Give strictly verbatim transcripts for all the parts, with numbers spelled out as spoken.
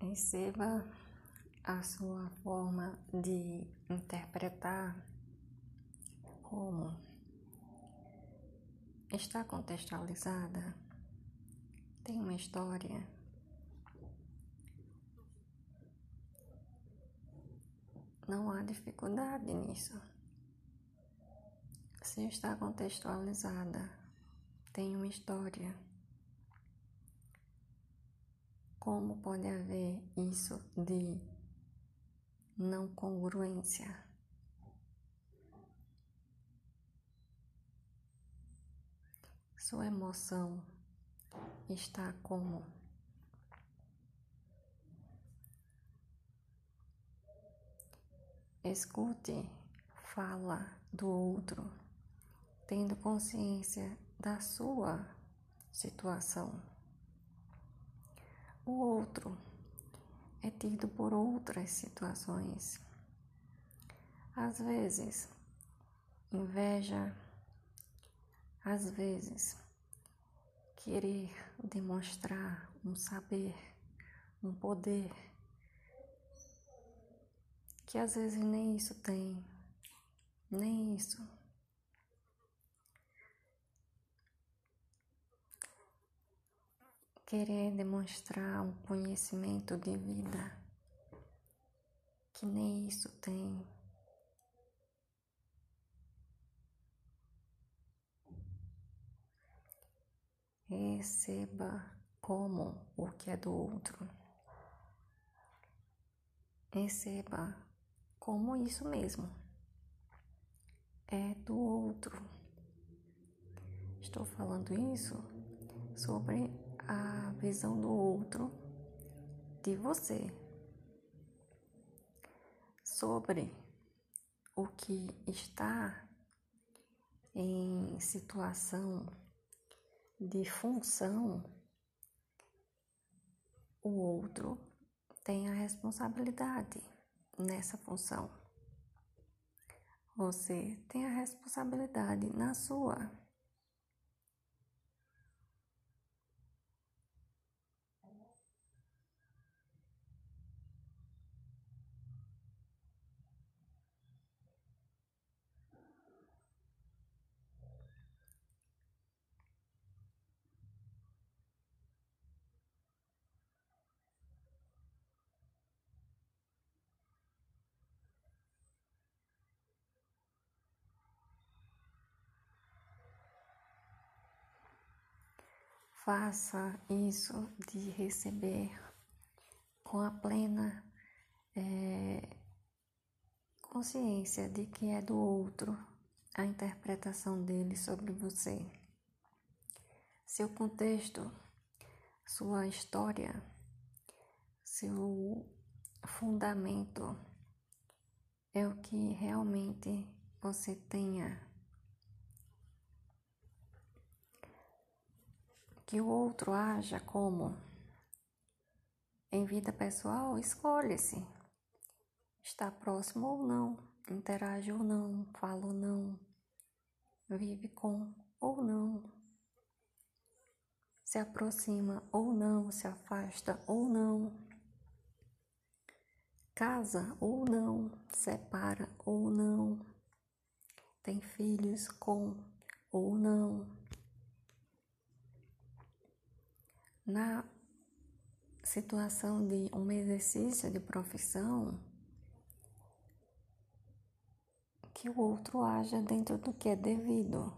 Receba a sua forma de interpretar como está contextualizada, tem uma história. Não há dificuldade nisso. Se está contextualizada, tem uma história. Como pode haver isso de não congruência? Sua emoção está como? Escute, fala do outro, tendo consciência da sua situação. O outro é tido por outras situações. Às vezes, inveja, às vezes, querer demonstrar um saber, um poder, que às vezes nem isso tem, nem isso. Querer demonstrar um conhecimento de vida, que nem isso tem. Receba como o que é do outro. Receba como isso mesmo. É do outro. Estou falando isso sobre a visão do outro de você. Sobre o que está em situação de função, o outro tem a responsabilidade nessa função. Você tem a responsabilidade na sua. Faça isso de receber com a plena é, consciência de que é do outro a interpretação dele sobre você. Seu contexto, sua história, seu fundamento é o que realmente você tenha. Que o outro haja como? Em vida pessoal, escolhe-se. Está próximo ou não, interage ou não, fala ou não, vive com ou não, se aproxima ou não, se afasta ou não, casa ou não, separa ou não, tem filhos com ou não. Na situação de um exercício de profissão, que o outro haja dentro do que é devido,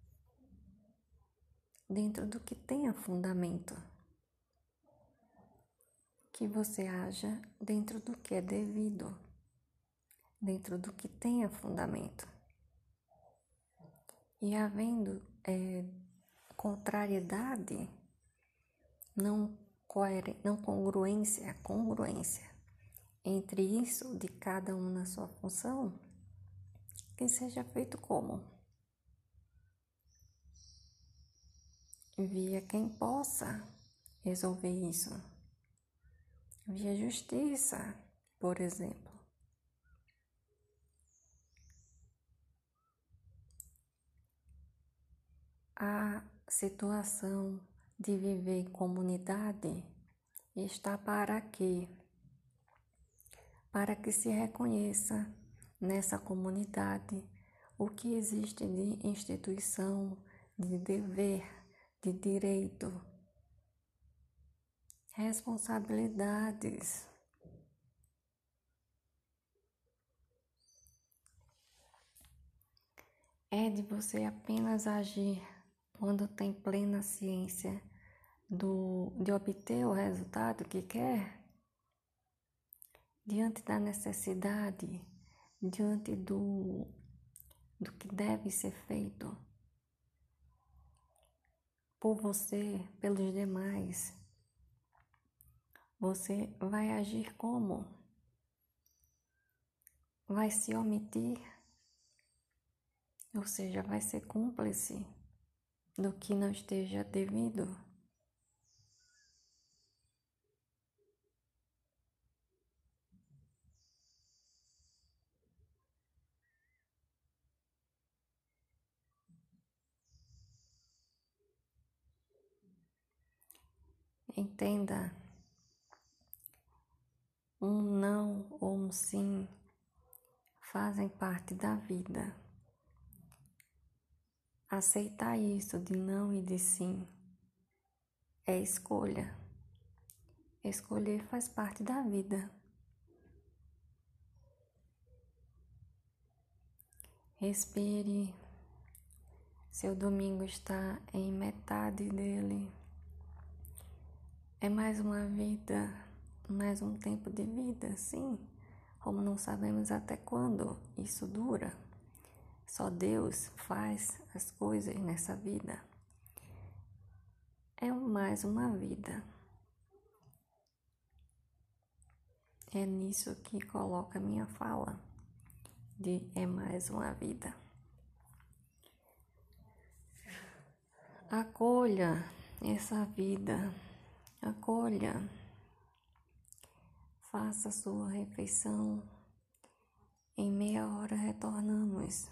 dentro do que tenha fundamento. Que você haja dentro do que é devido, dentro do que tenha fundamento. E havendo é, contrariedade, não, coer, não congruência, congruência entre isso de cada um na sua função, que seja feito como? Via quem possa resolver isso. Via justiça, por exemplo. A situação de viver em comunidade está para quê? para que se reconheça nessa comunidade o que existe de instituição, de dever, de direito, responsabilidades. É de você apenas agir quando tem plena ciência do, de obter o resultado que quer, diante da necessidade, diante do, do que deve ser feito por você, pelos demais. Você vai agir como? Vai se omitir? Ou seja, vai ser cúmplice do que não esteja devido? Entenda, um não ou um sim fazem parte da vida. Aceitar isso de não e de sim é escolha. Escolher faz parte da vida. Respire. Seu domingo está em metade dele. É mais uma vida, mais um tempo de vida, sim. Como não sabemos até quando isso dura. Só Deus faz as coisas nessa vida. É mais uma vida. É nisso que coloca minha fala, de é mais uma vida. Acolha essa vida, acolha, faça a sua refeição, em meia hora retornamos.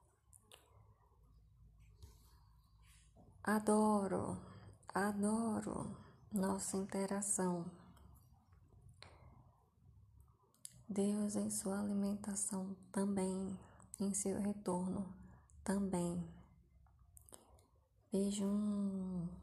Adoro, adoro nossa interação. Deus em sua alimentação também, em seu retorno também. Beijo.